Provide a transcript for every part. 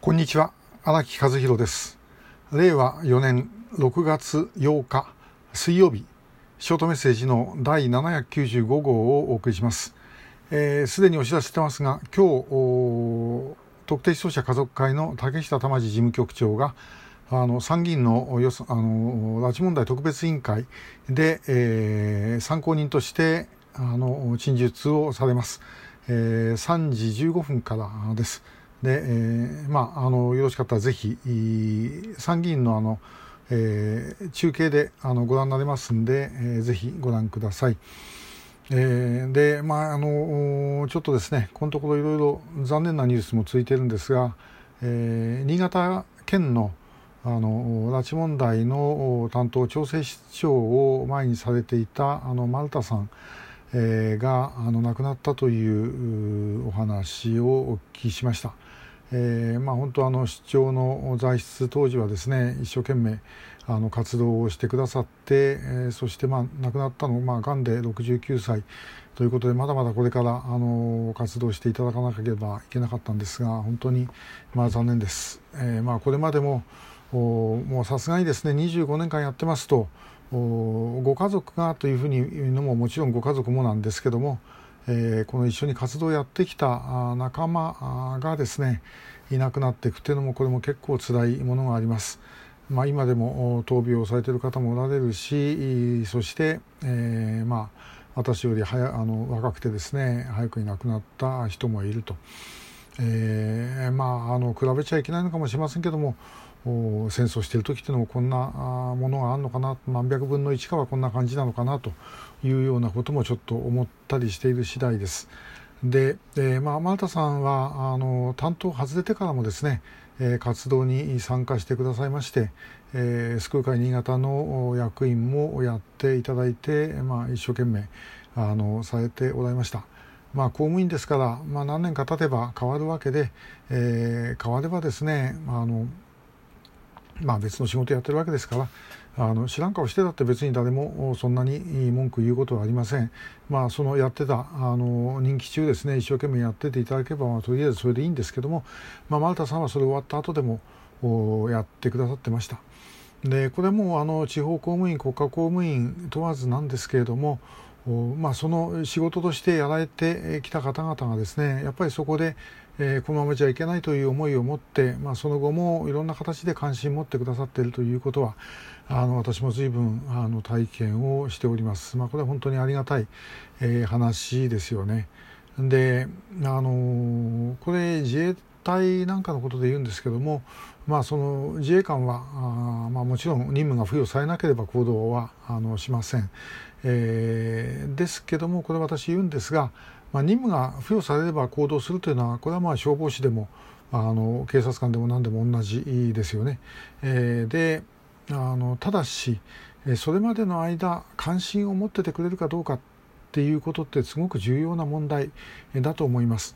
こんにちは、荒木和弘です。令和4年6月8日水曜日、ショートメッセージの第795号をお送りします。すでにお知らせしてますが、今日特定失踪者家族会の竹下玉治事務局長が参議院の拉致問題特別委員会で、参考人として陳述をされます。3時15分からです。で、よろしかったらぜひ参議院の中継でご覧になれますんで、ぜひご覧ください。で、ちょっとですね、このところいろいろ残念なニュースも続いているんですが、新潟県の拉致問題の担当調整室長を前にされていた丸田さんが亡くなったというお話をお聞きしました。本当市長の在室当時はですね、一生懸命活動をしてくださって、そして亡くなったのがんで69歳ということで、まだまだこれから活動していただかなければいけなかったんですが、本当に残念です。これまでももうさすがにですね、25年間やってますと、ご家族がというふうに言うのももちろんご家族もなんですけども、この一緒に活動をやってきた仲間がですね、いなくなっていくというのも、これも結構辛いものがあります。今でも闘病をされている方もおられるし、そして、私より若くてですね、早くに亡くなった人もいると。比べちゃいけないのかもしれませんけども、戦争している時というのもこんなものがあるのかな、何百分の1かはこんな感じなのかなというようなこともちょっと思ったりしている次第です。で、丸田さんは担当を外れてからもですね、活動に参加してくださいまして、救う会新潟の役員もやっていただいて、一生懸命されておられました。公務員ですから、何年か経てば変わるわけで、変わればですね、別の仕事やってるわけですから、知らん顔してたって別に誰もそんなに文句言うことはありません。そのやってた任期中ですね、一生懸命やってていただければ、とりあえずそれでいいんですけども、丸田さんはそれ終わった後でもやってくださってました。で、これも地方公務員、国家公務員問わずなんですけれども、その仕事としてやられてきた方々がですね、やっぱりそこで、このままじゃいけないという思いを持って、その後もいろんな形で関心を持ってくださっているということは、私も随分体験をしております。これは本当にありがたい、話ですよね。で、これ自衛隊なんかのことで言うんですけども、その自衛官はもちろん任務が付与されなければ行動はしません。ですけども、これ私言うんですが、任務が付与されれば行動するというのは、これは消防士でも警察官でも何でも同じですよね。で、ただしそれまでの間関心を持っててくれるかどうかっていうことってすごく重要な問題だと思います。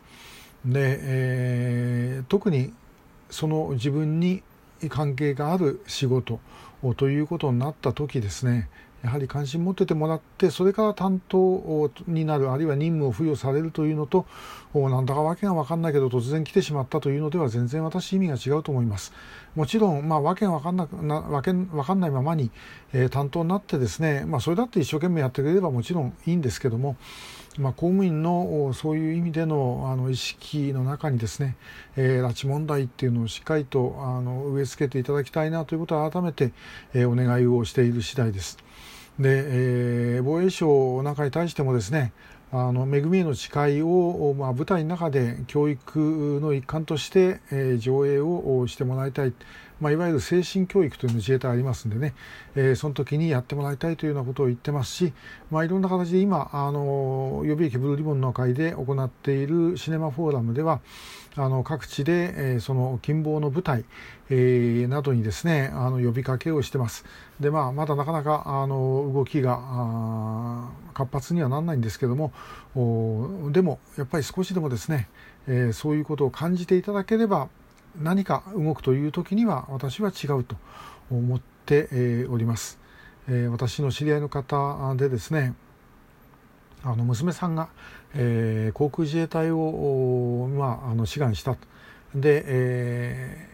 で、特にその自分に関係がある仕事ということになった時ですね、やはり関心持っててもらって、それから担当になる、あるいは任務を付与されるというのと、なんだかわけが分かんないけど突然来てしまったというのでは全然私意味が違うと思います。もちろん、わけが分かんないままに、担当になってですね、それだって一生懸命やってくれればもちろんいいんですけども、公務員のそういう意味での意識の中にですね、拉致問題っていうのをしっかりと植え付けていただきたいなということを改めて、お願いをしている次第です。で、防衛省なんかに対してもですね、めぐみへの誓いを、部隊の中で教育の一環として、上映をしてもらいたい、いわゆる精神教育というの自衛隊ありますんでね、その時にやってもらいたいというようなことを言ってますし、いろんな形で今予備役ブルーリボンの会で行っているシネマフォーラムでは各地で、その近傍の部隊、などにですね呼びかけをしてます。で、まだなかなか動きが活発にはならないんですけども、でもやっぱり少しでもですね、そういうことを感じていただければ、何か動くという時には私は違うと思っております。私の知り合いの方でですね、娘さんが、航空自衛隊を志願したと。で、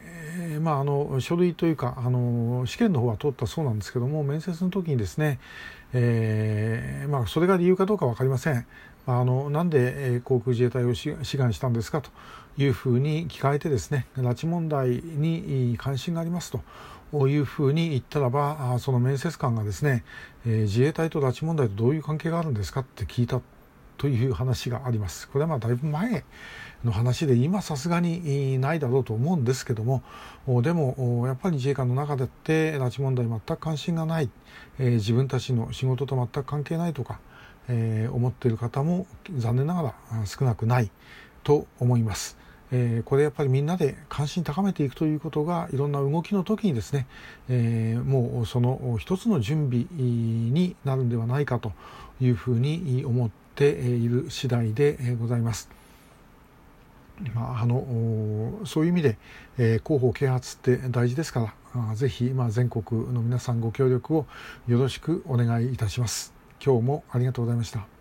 書類というか試験の方は通ったそうなんですけども、面接の時にですね、それが理由かどうか分かりません。なんで航空自衛隊を志願したんですかというふうに聞かれてですね、拉致問題に関心がありますというふうに言ったらば、その面接官がですね、自衛隊と拉致問題とどういう関係があるんですかって聞いたという話があります。これはだいぶ前の話で、今さすがにないだろうと思うんですけども、でもやっぱり自衛官の中でって拉致問題全く関心がない、自分たちの仕事と全く関係ないとか、思っている方も残念ながら少なくないと思います。これやっぱりみんなで関心高めていくということが、いろんな動きの時にですね、もうその一つの準備になるんではないかというふうに思っている次第でございます。そういう意味で、広報啓発って大事ですから、ぜひ全国の皆さんご協力をよろしくお願いいたします。今日もありがとうございました。